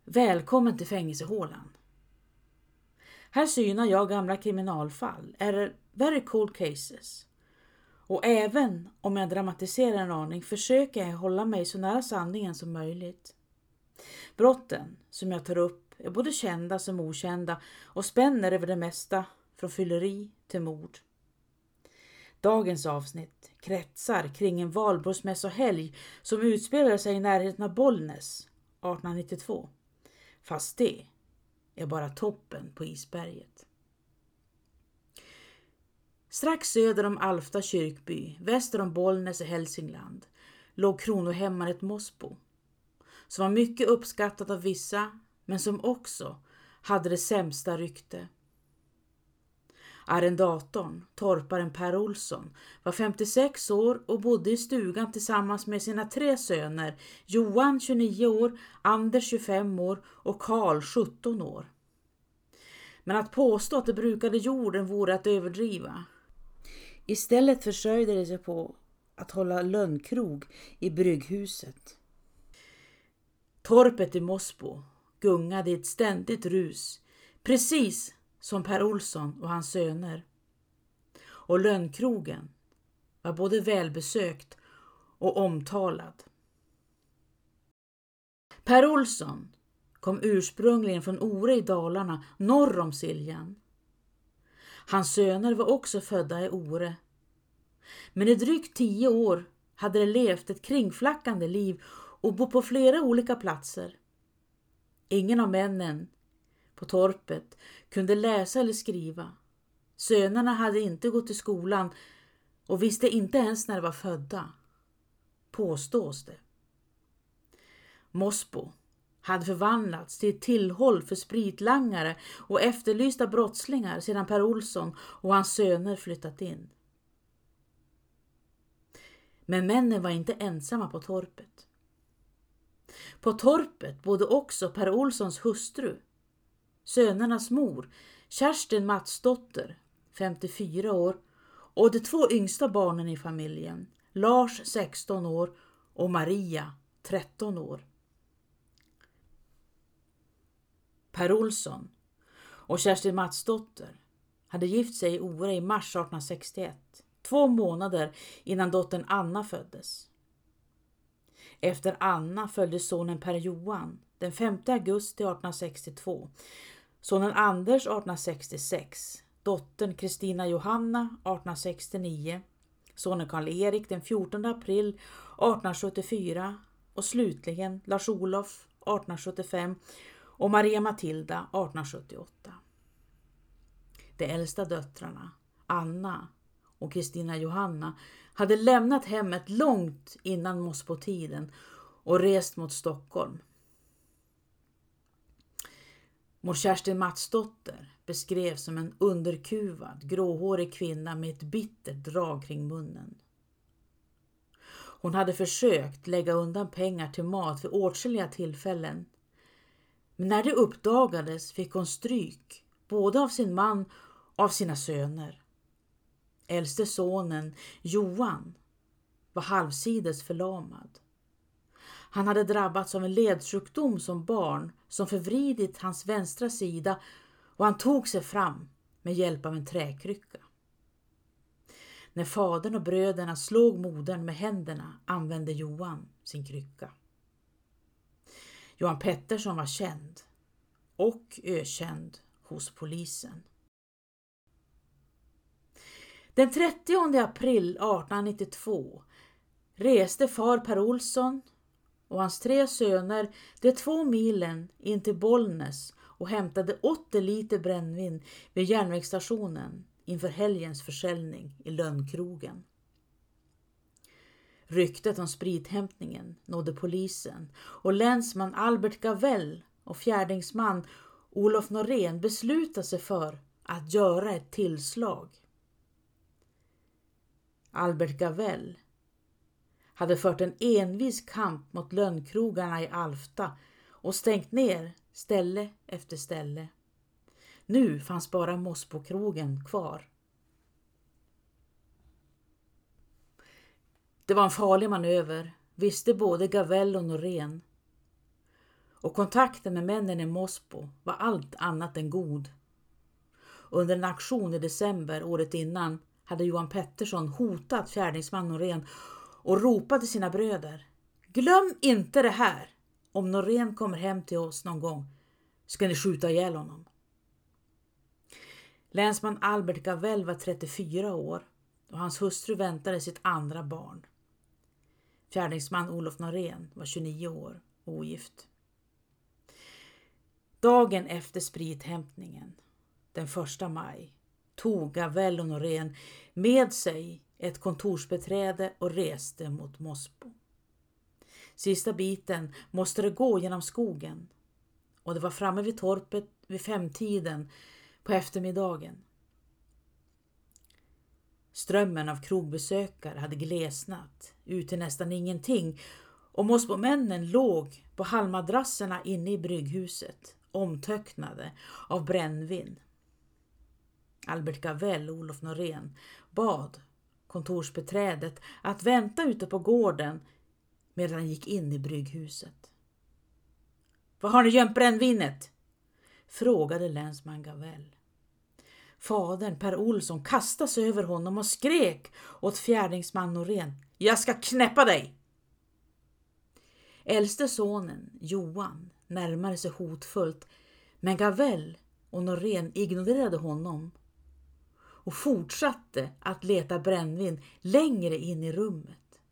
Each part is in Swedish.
Välkommen till fängelsehålan. Här synar jag gamla kriminalfall, är very cold cases. Och även om jag dramatiserar en aning försöker jag hålla mig så nära sanningen som möjligt. Brotten som jag tar upp är både kända som okända och spänner över det mesta från fylleri till mord. Dagens avsnitt kretsar kring en valborgsmässohelg som utspelar sig i närheten av Bollnäs 1892. Fast det är bara toppen på isberget. Strax söder om Alfta kyrkby, väster om Bollnäs i Hälsingland, låg kronohemmanet Mosbo, som var mycket uppskattat av vissa, men som också hade det sämsta rykte. Arrendatorn, torparen Per Olsson, var 56 år och bodde i stugan tillsammans med sina 3 söner, Johan 29 år, Anders 25 år och Karl 17 år. Men att påstå att de brukade jorden vore att överdriva. Istället försörjde de sig på att hålla lönnkrog i brygghuset. Torpet i Mosbo gungade i ett ständigt rus, precis som Per Olsson och hans söner. Och lönnkrogen var både välbesökt och omtalad. Per Olsson kom ursprungligen från Ore i Dalarna, norr om Siljan. Hans söner var också födda i Ore. Men i drygt 10 år hade de levt ett kringflackande liv och bott på flera olika platser. Ingen av männen på torpet kunde läsa eller skriva. Sönerna hade inte gått i skolan och visste inte ens när de var födda, påstås det. Mosbo hade förvandlats till ett tillhåll för spritlangare och efterlysta brottslingar sedan Per Olsson och hans söner flyttat in. Men männen var inte ensamma på torpet. På torpet bodde också Per Olssons hustru, sönernas mor, Kerstin Matsdotter, 54 år, och de 2 yngsta barnen i familjen, Lars 16 år och Maria 13 år. Per Olsson och Kerstin Matsdotter hade gift sig i Ore i mars 1861, 2 månader innan dottern Anna föddes. Efter Anna följde sonen Per Johan den 5 augusti 1862, sonen Anders 1866, dottern Kristina Johanna 1869, sonen Karl-Erik den 14 april 1874 och slutligen Lars-Olof 1875 och Maria Matilda 1878. De äldsta döttrarna, Anna och Kristina Johanna, hade lämnat hemmet långt innan Mosbotiden och rest mot Stockholm. Mor Kerstin Matsdotter beskrevs som en underkuvad, gråhårig kvinna med ett bittert drag kring munnen. Hon hade försökt lägga undan pengar till mat vid åtskilliga tillfällen. Men när det uppdagades fick hon stryk både av sin man och av sina söner. Äldste sonen, Johan, var halvsides förlamad. Han hade drabbats av en ledsjukdom som barn som förvridit hans vänstra sida och han tog sig fram med hjälp av en träkrycka. När fadern och bröderna slog modern med händerna använde Johan sin krycka. Johan Pettersson var känd och ökänd hos polisen. Den 30 april 1892 reste far Per Olsson och hans 3 söner de 2 milen in till Bollnäs och hämtade 80 liter brännvin vid järnvägsstationen inför helgens försäljning i lönnkrogen. Ryktet om sprithämtningen nådde polisen och länsman Albert Gavell och fjärdingsman Olof Norén beslutade sig för att göra ett tillslag. Albert Gavell hade fört en envis kamp mot lönnkrogarna i Alfta och stängt ner ställe efter ställe. Nu fanns bara Mosbokrogen kvar. Det var en farlig manöver, visste både Gavell och Norén. och kontakten med männen i Mosbo var allt annat än god. Under en aktion i december året innan hade Johan Pettersson hotat fjärdingsman Norén och ropat till sina bröder: glöm inte det här! Om Norén kommer hem till oss någon gång ska ni skjuta ihjäl honom. Länsman Albert Gavell var 34 år och hans hustru väntade sitt andra barn. Fjärdingsman Olof Norén var 29 år och ogift. Dagen efter sprithämtningen, den 1 maj, tog Gavell och Norén med sig ett kontorsbeträde och reste mot Mosbo. Sista biten måste det gå genom skogen och det var framme vid torpet vid 5-tiden på eftermiddagen. Strömmen av krogbesökare hade glesnat ut till nästan ingenting och Mosbomännen låg på halmmadrasserna inne i brygghuset, omtöcknade av brännvin. Albert Gavell och Olof Norén bad kontorsbeträdet att vänta ute på gården medan han gick in i brygghuset. Vad har ni gömt brännvinet? Frågade länsman Gavell. Fadern Per Olsson kastade sig över honom och skrek åt fjärdingsman Norén: jag ska knäppa dig! Äldste sonen Johan närmade sig hotfullt, men Gavell och Norén ignorerade honom och fortsatte att leta brännvin längre in i rummet.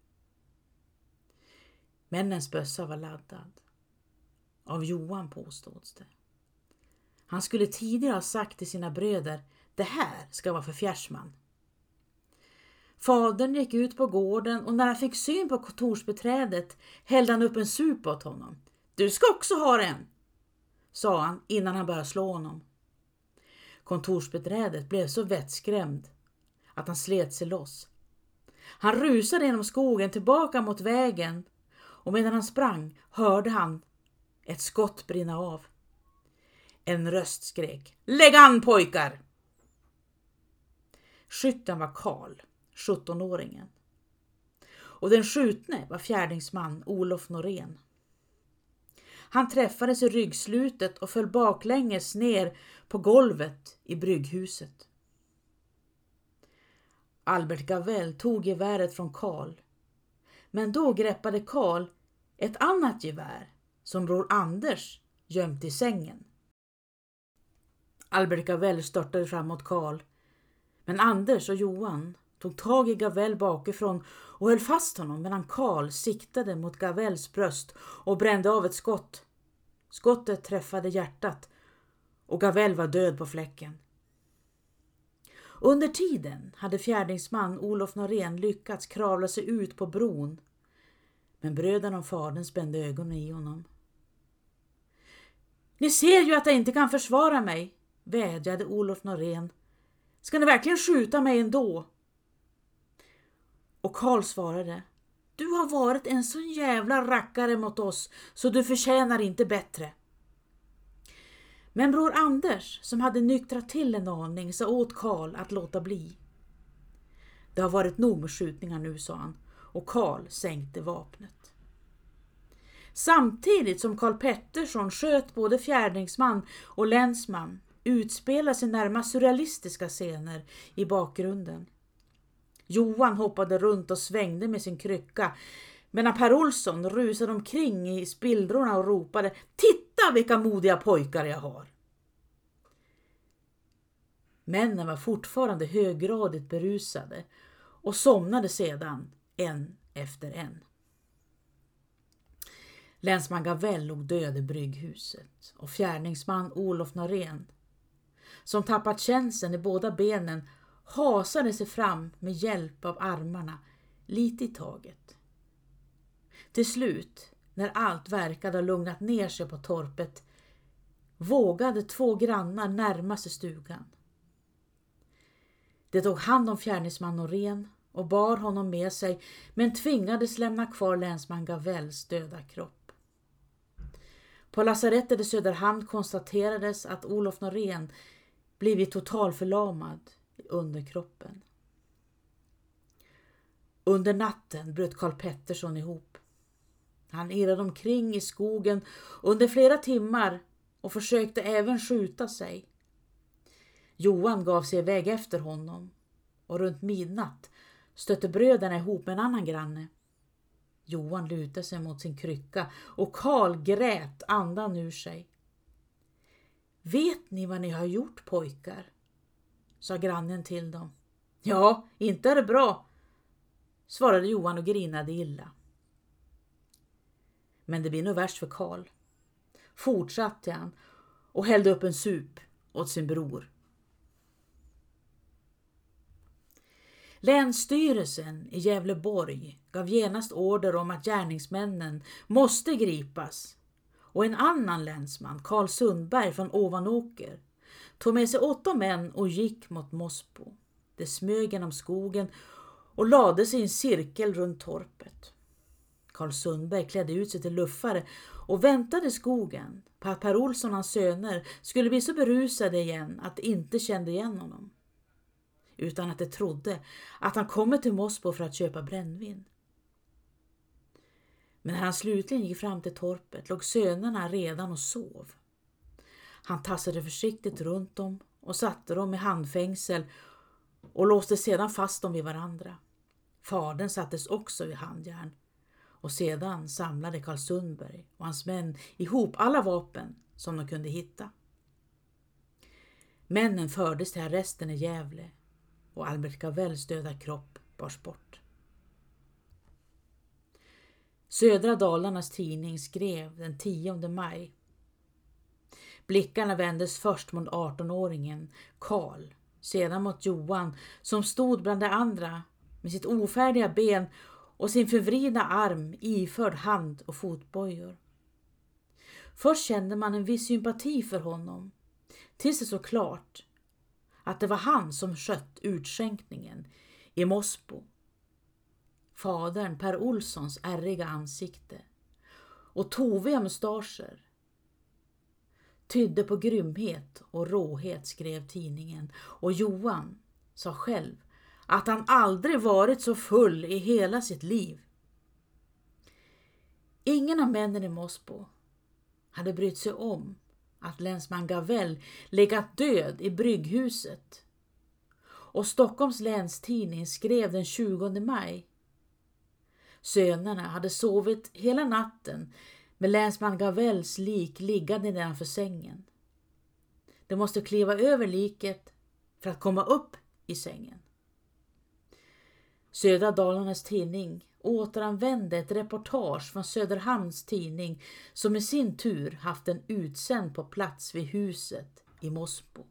Männens bössa var laddad. Av Johan påstås det. Han skulle tidigare ha sagt till sina bröder: det här ska vara för Fjärsman. Fadern gick ut på gården och när han fick syn på kontorsbeträdet hällde han upp en sup åt honom. Du ska också ha den, sa han innan han började slå honom. Kontorsbeträdet blev så vettskrämd att han slet sig loss. Han rusade genom skogen tillbaka mot vägen och medan han sprang hörde han ett skott brinna av. En röst skrek: lägg an pojkar! Skytten var Karl, 17-åringen. Och den skjutne var fjärdingsman Olof Norén. Han träffades i ryggslutet och föll baklänges ner på golvet i brygghuset. Albert Gavell tog geväret från Karl. Men då greppade Karl ett annat gevär som bror Anders gömt i sängen. Albert Gavell störtade fram mot Karl. Men Anders och Johan tog tag i Gavell bakifrån och höll fast honom medan Karl siktade mot Gavells bröst och brände av ett skott. Skottet träffade hjärtat och Gavell var död på fläcken. Under tiden hade fjärdingsman Olof Norén lyckats kravla sig ut på bron. Men bröderna och fadern spände ögonen i honom. Ni ser ju att jag inte kan försvara mig, vädjade Olof Norén. Ska ni verkligen skjuta mig ändå? Och Karl svarade: du har varit en sån jävla rackare mot oss så du förtjänar inte bättre. Men bror Anders, som hade nyktrat till en aning, sa åt Karl att låta bli. Det har varit nog med skjutningar nu, sa han, och Karl sänkte vapnet. Samtidigt som Karl Pettersson sköt både fjärdingsman och länsman utspelar sig närmast surrealistiska scener i bakgrunden. Johan hoppade runt och svängde med sin krycka, medan Per Olsson rusade omkring i spillrorna och ropade: titta vilka modiga pojkar jag har! Männen var fortfarande höggradigt berusade och somnade sedan en efter en. Länsman Gavell låg död i brygghuset och fjärdingsman Olof Norén, som tappat känseln i båda benen, hasade sig fram med hjälp av armarna lite i taget. Till slut, när allt verkade ha lugnat ner sig på torpet, vågade 2 grannar närma sig stugan. De tog hand om fjärdingsman Norén och bar honom med sig, men tvingades lämna kvar länsman Gavells döda kropp. På lasarettet i Söderhamn konstaterades att Olof Norén blivit totalförlamad i underkroppen. Under natten bröt Karl Pettersson ihop. Han irrade omkring i skogen under flera timmar och försökte även skjuta sig. Johan gav sig iväg efter honom och runt midnatt stötte bröderna ihop med en annan granne. Johan lutade sig mot sin krycka och Karl grät andan ur sig. Vet ni vad ni har gjort, pojkar? Sa grannen till dem. Ja, inte är det bra, svarade Johan och grinade illa. Men det blir nog värst för Karl, fortsatte han och hällde upp en sup åt sin bror. Länsstyrelsen i Gävleborg gav genast order om att gärningsmännen måste gripas och en annan länsman, Karl Sundberg från Ovanåker, tog med sig 8 män och gick mot Mosbo. Det smög genom skogen och lade sig i en cirkel runt torpet. Karl Sundberg klädde ut sig till luffare och väntade i skogen på att Per Olsson och hans söner skulle bli så berusade igen att de inte kände igen honom, utan att de trodde att han kommit till Mosbo för att köpa brännvin. Men när han slutligen gick fram till torpet låg sönerna redan och sov. Han tassade försiktigt runt dem och satte dem i handfängsel och låste sedan fast dem vid varandra. Fadern sattes också i handjärn och sedan samlade Karl Sundberg och hans män ihop alla vapen som de kunde hitta. Männen fördes till arresten i Gävle och Albert Gavells döda kropp bars bort. Södra Dalarnas tidning skrev den 10 maj. Blickarna vändes först mot 18-åringen Karl, sedan mot Johan som stod bland de andra med sitt ofärdiga ben och sin förvridna arm iförd hand- och fotbojor. Först kände man en viss sympati för honom, tills det så klart att det var han som skött utskänkningen i Mosbo. Fadern Per Olssons ärriga ansikte och toviga mustascher tydde på grymhet och råhet, skrev tidningen, och Johan sa själv att han aldrig varit så full i hela sitt liv. Ingen av männen i Mosbo hade brytt sig om att länsman Gavell legat död i brygghuset, och Stockholms länstidning skrev den 20 maj. Sönerna hade sovit hela natten med länsman Gavells lik liggande nedanför sängen. De måste kliva över liket för att komma upp i sängen. Södra Dalarnas tidning återanvände ett reportage från Söderhamns tidning som i sin tur haft en utsänd på plats vid huset i Mosbo.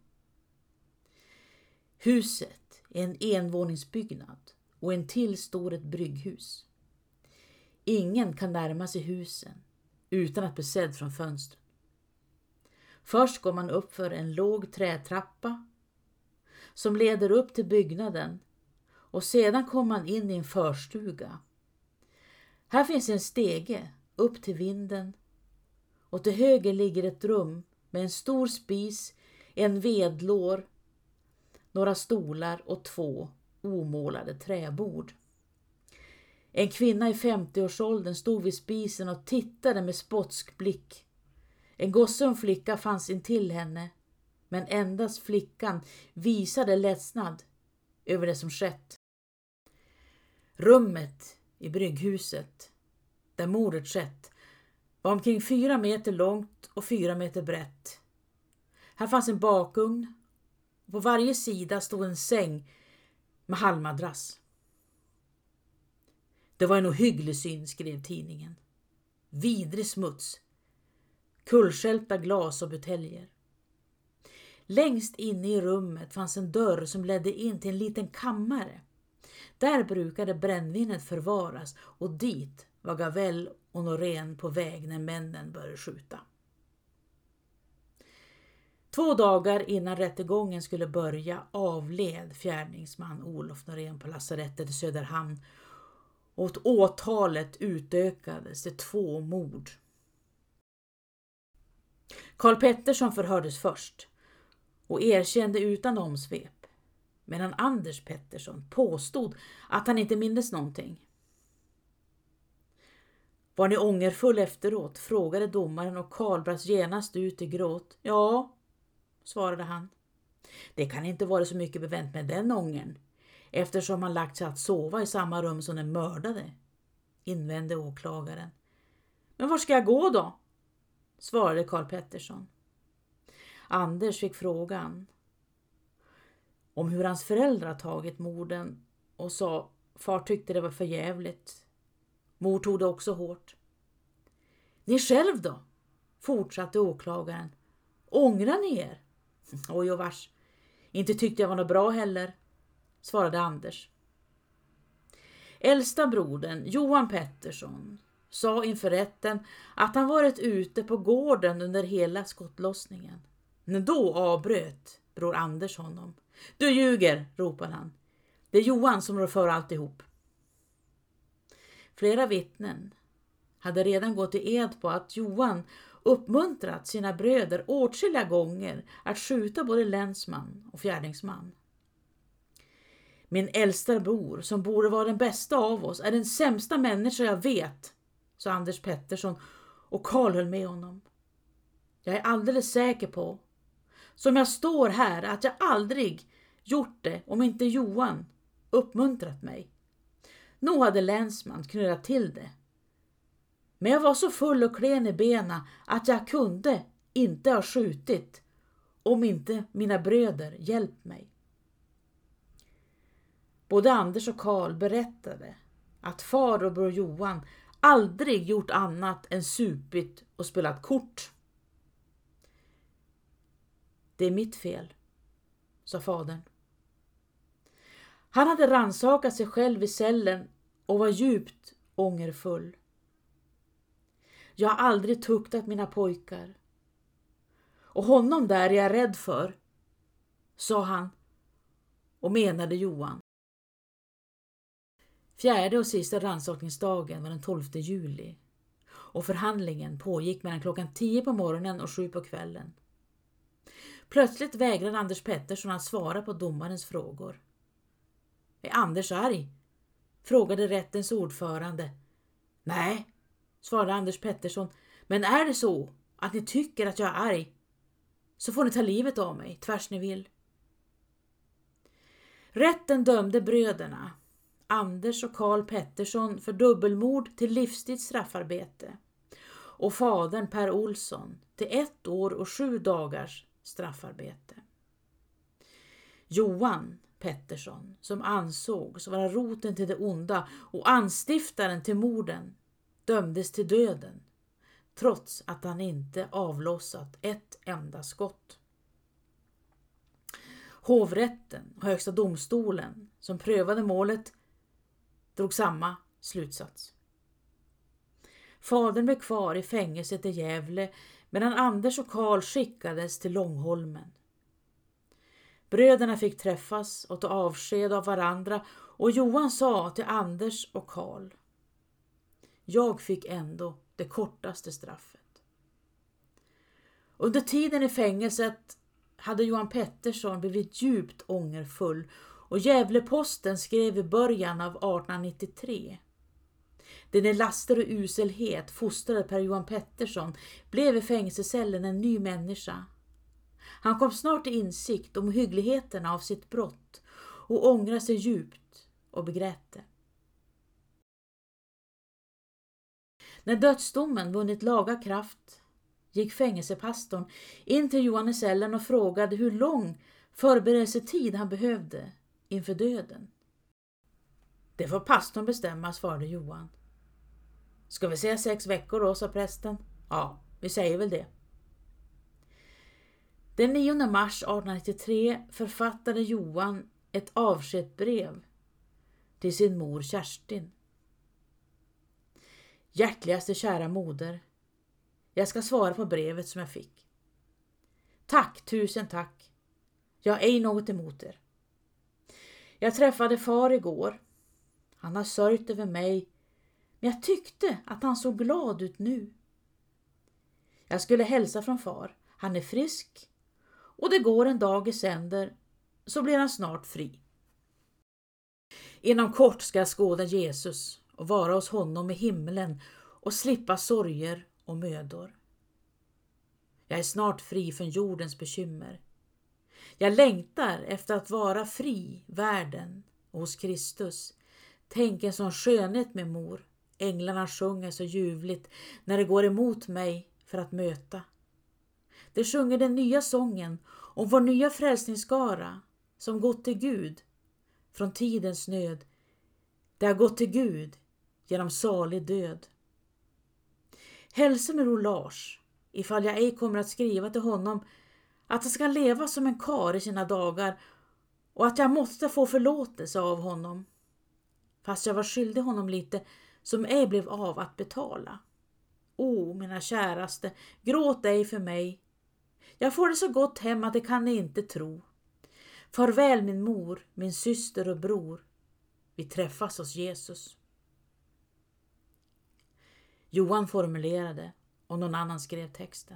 Huset är en envåningsbyggnad och en till står ett brygghus. Ingen kan närma sig husen utan att bli sedd från fönstret. Först går man upp för en låg trätrappa som leder upp till byggnaden och sedan kommer man in i en förstuga. Här finns en stege upp till vinden och till höger ligger ett rum med en stor spis, en vedlår, några stolar och 2 omålade träbord. En kvinna i 50-årsåldern stod vid spisen och tittade med spotsk blick. En gosse och en flicka fanns intill henne, men endast flickan visade ledsnad över det som skett. Rummet i brygghuset, där mordet skett, var omkring 4 meter långt och 4 meter brett. Här fanns en bakugn och på varje sida stod en säng med halmmadrass. Det var en ohygglig syn, skrev tidningen. Vidrig smuts, kullstjälpta glas och buteljer. Längst inne i rummet fanns en dörr som ledde in till en liten kammare. Där brukade brännvinet förvaras och dit var Gavell och Norén på väg när männen började skjuta. 2 dagar innan rättegången skulle börja avled fjärdingsman Olof Norén på lasarettet i Söderhamn och åtalet utökades till 2 mord. Karl Pettersson förhördes först och erkände utan omsvep, medan Anders Pettersson påstod att han inte mindes någonting. Var ni ångerfull efteråt? Frågade domaren och Karl brast genast ut i gråt. Ja, svarade han. Det kan inte vara så mycket bevänt med den ångern, eftersom han lagt sig att sova i samma rum som den mördade, invände åklagaren. Men var ska jag gå då? Svarade Karl Pettersson. Anders fick frågan om hur hans föräldrar tagit morden och sa far tyckte det var för jävligt. Mor tog det också hårt. Ni själv då? Fortsatte åklagaren. Ångrar ni er? Oj och vars. Inte tyckte jag var något bra heller, svarade Anders. Äldsta brodern Johan Pettersson sa inför rätten att han varit ute på gården under hela skottlossningen. Men då avbröt bror Anders honom. Du ljuger, ropade han. Det är Johan som rår för alltihop. Flera vittnen hade redan gått i ed på att Johan uppmuntrat sina bröder åtskilliga gånger att skjuta både länsman och fjärdingsman. Min äldsta bror, som borde vara den bästa av oss, är den sämsta människa jag vet, sa Anders Pettersson, och Karl höll med honom. Jag är alldeles säker på, som jag står här, att jag aldrig gjort det om inte Johan uppmuntrat mig. Nog hade länsman knullat till det. Men jag var så full och klen i benen att jag kunde inte ha skjutit om inte mina bröder hjälpt mig. Både Anders och Karl berättade att far och bror Johan aldrig gjort annat än supit och spelat kort. Det är mitt fel, sa fadern. Han hade rannsakat sig själv i cellen och var djupt ångerfull. Jag har aldrig tuktat mina pojkar. Och honom där är jag rädd för, sa han och menade Johan. Fjärde och sista rannsakningsdagen var den 12 juli och förhandlingen pågick mellan klockan 10 på morgonen och 7 på kvällen. Plötsligt vägrade Anders Pettersson att svara på domarens frågor. Är Anders arg? Frågade rättens ordförande. Nej, svarade Anders Pettersson, men är det så att ni tycker att jag är arg så får ni ta livet av mig, tvärs ni vill. Rätten dömde bröderna Anders och Karl Pettersson för dubbelmord till livstids straffarbete och fadern Per Olsson till 1 år och 7 dagars straffarbete. Johan Pettersson, som ansågs vara roten till det onda och anstiftaren till morden, dömdes till döden trots att han inte avlossat ett enda skott. Hovrätten och Högsta domstolen som prövade målet drog samma slutsats. Fadern blev kvar i fängelset i Gävle medan Anders och Karl skickades till Långholmen. Bröderna fick träffas och ta avsked av varandra och Johan sa till Anders och Karl: jag fick ändå det kortaste straffet. Under tiden i fängelset hade Johan Pettersson blivit djupt ångerfull och Gävleposten skrev i början av 1893. Den i laster och uselhet fostrade Per Johan Pettersson blev i fängelsecellen en ny människa. Han kom snart till insikt om hyggligheterna av sitt brott och ångrade sig djupt och begrät det. När dödsdomen vunnit laga kraft gick fängelsepastorn in till Johan i cellen och frågade hur lång förberedelsetid han behövde inför döden. Det får pastorn bestämma, svarade Johan. Ska vi säga 6 veckor då, sa prästen. Ja, vi säger väl det. Den 9 mars 1893 författade Johan ett avskedsbrev till sin mor Kerstin. Hjärtligaste kära moder, jag ska svara på brevet som jag fick. Tack, tusen tack. Jag har ej något emot er. Jag träffade far igår. Han har sörjt över mig, men jag tyckte att han såg glad ut nu. Jag skulle hälsa från far. Han är frisk och det går en dag i sänder så blir han snart fri. Inom kort ska jag skåda Jesus och vara hos honom i himlen och slippa sorger och mödor. Jag är snart fri från jordens bekymmer. Jag längtar efter att vara fri världen och hos Kristus. Tänk en sån skönhet med mor. Änglarna sjunger så ljuvligt när det går emot mig för att möta. Det sjunger den nya sången om vår nya frälsningsskara som gått till Gud från tidens nöd. Det har gått till Gud genom salig död. Hälsa med Bror Lars, ifall jag ej kommer att skriva till honom att han ska leva som en kar i sina dagar och att jag måste få förlåtelse av honom, fast jag var skyldig honom lite som ej blev av att betala. Mina käraste, gråt ej för mig. Jag får det så gott hem att det kan ni inte tro. Farväl min mor, min syster och bror. Vi träffas hos Jesus. Johan formulerade och någon annan skrev texten.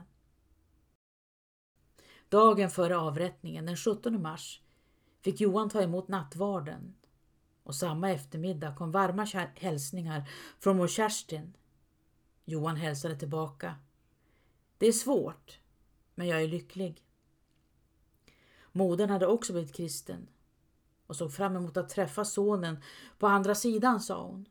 Dagen före avrättningen, den 17 mars, fick Johan ta emot nattvarden. Och samma eftermiddag kom varma hälsningar från mor Kerstin. Johan hälsade tillbaka. Det är svårt, men jag är lycklig. Modern hade också blivit kristen och såg fram emot att träffa sonen på andra sidan, sa hon.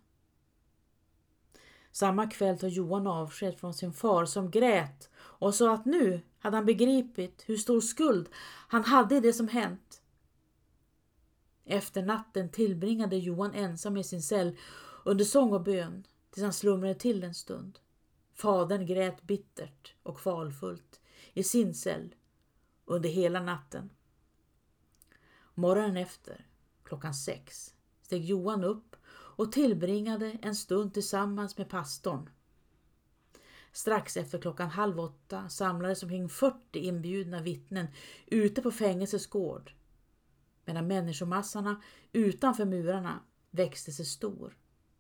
Samma kväll tog Johan avsked från sin far som grät och sa att nu hade han begripit hur stor skuld han hade i det som hänt. Efter natten tillbringade Johan ensam i sin cell under sång och bön tills han slumrade till en stund. Fadern grät bittert och kvalfullt i sin cell under hela natten. Morgonen efter, 6:00, steg Johan upp och tillbringade en stund tillsammans med pastorn. Strax efter 7:30 samlades omkring 40 inbjudna vittnen ute på fängelsets gård, medan människomassorna utanför murarna växte sig stor.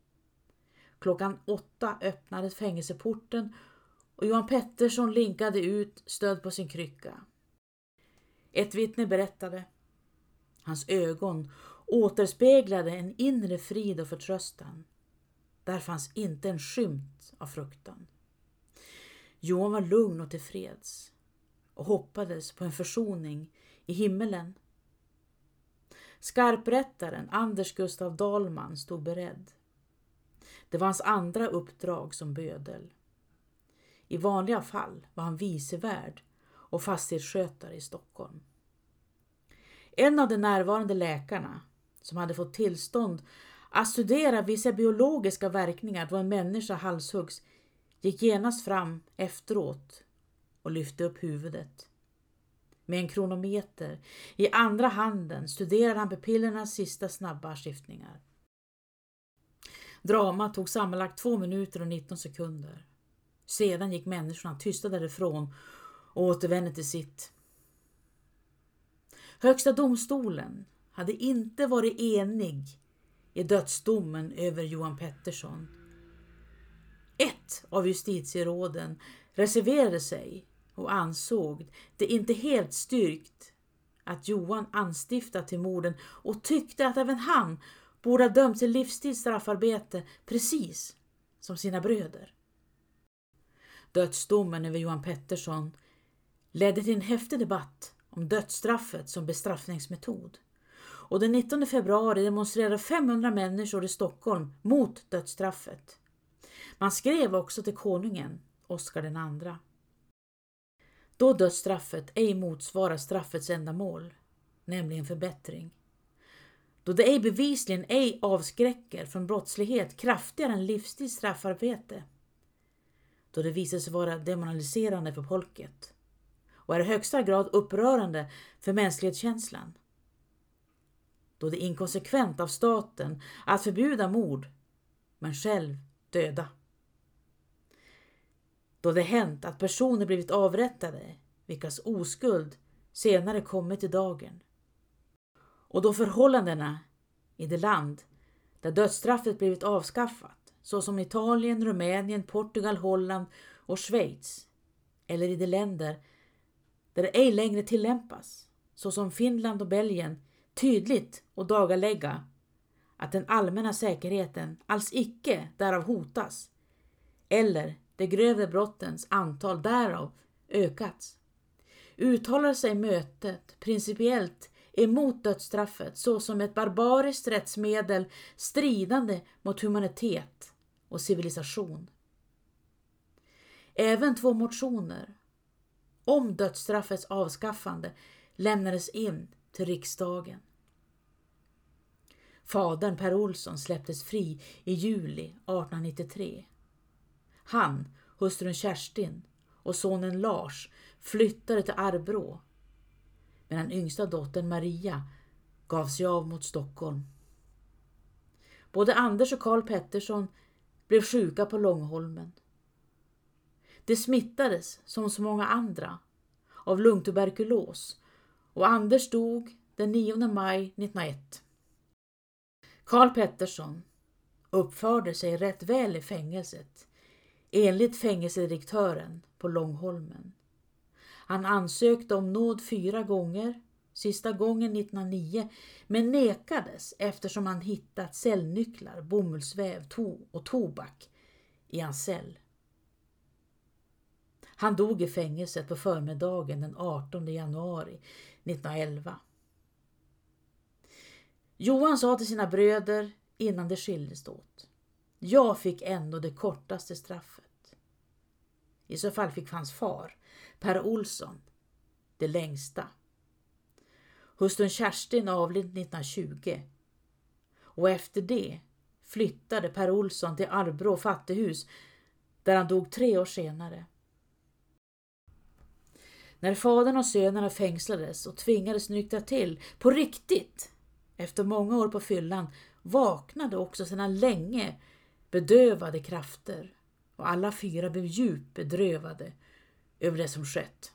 8:00 öppnades fängelseporten och Johan Pettersson linkade ut stöd på sin krycka. Ett vittne berättade. Hans ögon återspeglade en inre frid och förtröstan. Där fanns inte en skymt av fruktan. Johan var lugn och tillfreds och hoppades på en försoning i himmelen. Skarprättaren Anders Gustav Dahlman stod beredd. Det var hans andra uppdrag som bödel. I vanliga fall var han vicevärd och fastighetsskötare i Stockholm. En av de närvarande läkarna som hade fått tillstånd att studera vissa biologiska verkningar då en människa halshuggs gick genast fram efteråt och lyfte upp huvudet. Med en kronometer i andra handen studerade han pupillernas sista snabba skiftningar. Dramat tog sammanlagt 2 minuter och 19 sekunder. Sedan gick människorna tysta därifrån och återvände till sitt. Högsta domstolen hade inte varit enig i dödsdomen över Johan Pettersson. Ett av justitieråden reserverade sig och ansåg det inte helt styrkt att Johan anstiftat till morden och tyckte att även han borde ha dömts till livstidsstraffarbete precis som sina bröder. Dödsdomen över Johan Pettersson ledde till en häftig debatt om dödsstraffet som bestraffningsmetod. Och den 19 februari demonstrerade 500 människor i Stockholm mot dödsstraffet. Man skrev också till konungen, Oscar II. Då dödsstraffet ej motsvarar straffets ändamål, nämligen förbättring. Då det ej bevisligen ej avskräcker från brottslighet kraftigare än livstidsstraffarbete. Då det visar sig vara demoraliserande för folket och är i högsta grad upprörande för mänsklighetskänslan. Då det är inkonsekvent av staten att förbjuda mord men själv döda. Då det hänt att personer blivit avrättade vilkas oskuld senare kommit i dagen. Och då förhållandena i det land där dödsstraffet blivit avskaffat, såsom Italien, Rumänien, Portugal, Holland och Schweiz, eller i de länder där det ej längre tillämpas, såsom Finland och Belgien, tydligt och dagalägga att den allmänna säkerheten alls icke därav hotas, eller de grövre brottens antal därav ökats, uttalar sig mötet principiellt emot dödsstraffet såsom ett barbariskt rättsmedel stridande mot humanitet och civilisation. Även 2 motioner om dödsstraffets avskaffande lämnades in till riksdagen. Fadern Per Olsson släpptes fri i juli 1893. Han, hustrun Kerstin och sonen Lars flyttade till Arbrå, medan yngsta dottern Maria gav sig av mot Stockholm. Både Anders och Karl Pettersson blev sjuka på Långholmen. De smittades, som så många andra, av lungtuberkulos och Anders dog den 9 maj 1901. Karl Pettersson uppförde sig rätt väl i fängelset, enligt fängelsedirektören på Långholmen. Han ansökte om nåd 4 gånger, sista gången 1909, men nekades eftersom han hittat cellnycklar, bomullsväv och tobak i hans cell. Han dog i fängelset på förmiddagen den 18 januari 1911. Johan sa till sina bröder innan det skildes åt: jag fick ändå det kortaste straffet. I så fall fick hans far, Per Olsson, det längsta. Hustrun Kerstin avled 1920 och efter det flyttade Per Olsson till Arbrå fattighus där han dog 3 år senare. När fadern och sönerna fängslades och tvingades nyktra till på riktigt efter många år på fyllan, vaknade också sina länge bedövade krafter och alla 4 blev djupt bedrövade över det som skett.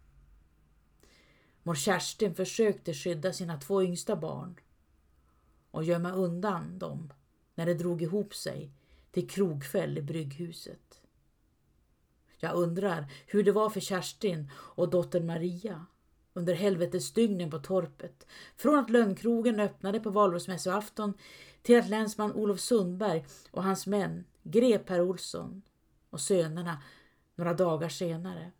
Mor Kerstin försökte skydda sina 2 yngsta barn och gömma undan dem när det drog ihop sig till krogfäll i brygghuset. Jag undrar hur det var för Kerstin och dottern Maria under helvetesdygnen på torpet, från att lönnkrogen öppnade på valborgsmässoafton till att länsman Olof Sundberg och hans män grep Per Olsson och sönerna några dagar senare.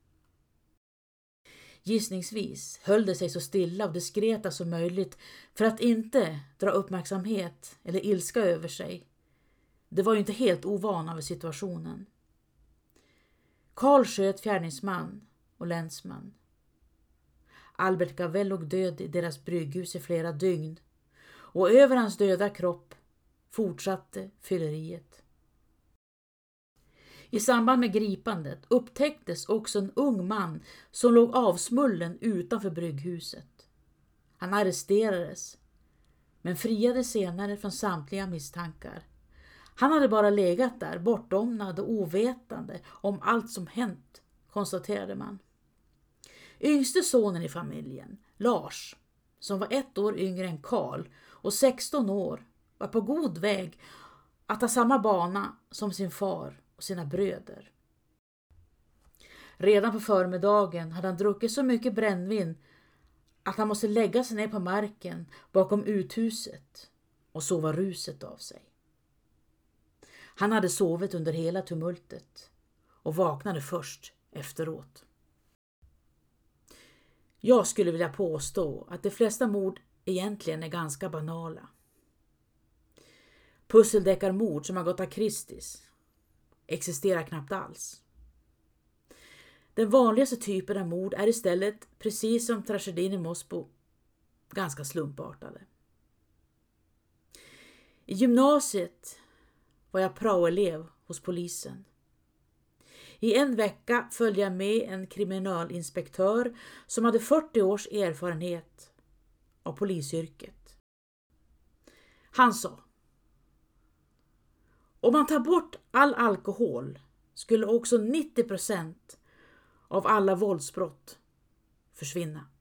Gissningsvis höll de sig så stilla och diskreta som möjligt för att inte dra uppmärksamhet eller ilska över sig. Det var ju inte helt ovana vid situationen. Karl sköt fjärdingsman och länsman. Albert Gavell låg död i deras brygghus i flera dygn och över hans döda kropp fortsatte fylleriet. I samband med gripandet upptäcktes också en ung man som låg avsmullen utanför brygghuset. Han arresterades men friade senare från samtliga misstankar. Han hade bara legat där bortdomnad och ovetande om allt som hänt, konstaterade man. Yngste sonen i familjen, Lars, som var 1 år yngre än Karl och 16 år, var på god väg att ta samma bana som sin far och sina bröder. Redan på förmiddagen hade han druckit så mycket brännvin att han måste lägga sig ner på marken bakom uthuset och sova ruset av sig. Han hade sovit under hela tumultet och vaknade först efteråt. Jag skulle vilja påstå att de flesta mord egentligen är ganska banala. Pusseldeckarmord som Agatha Christies existerar knappt alls. Den vanligaste typen av mord är istället, precis som tragedin i Mosbo, ganska slumpartade. I gymnasiet var jag praoelev hos polisen. I en vecka följde jag med en kriminalinspektör som hade 40 års erfarenhet av polisyrket. Han sa: om man tar bort all alkohol skulle också 90% av alla våldsbrott försvinna.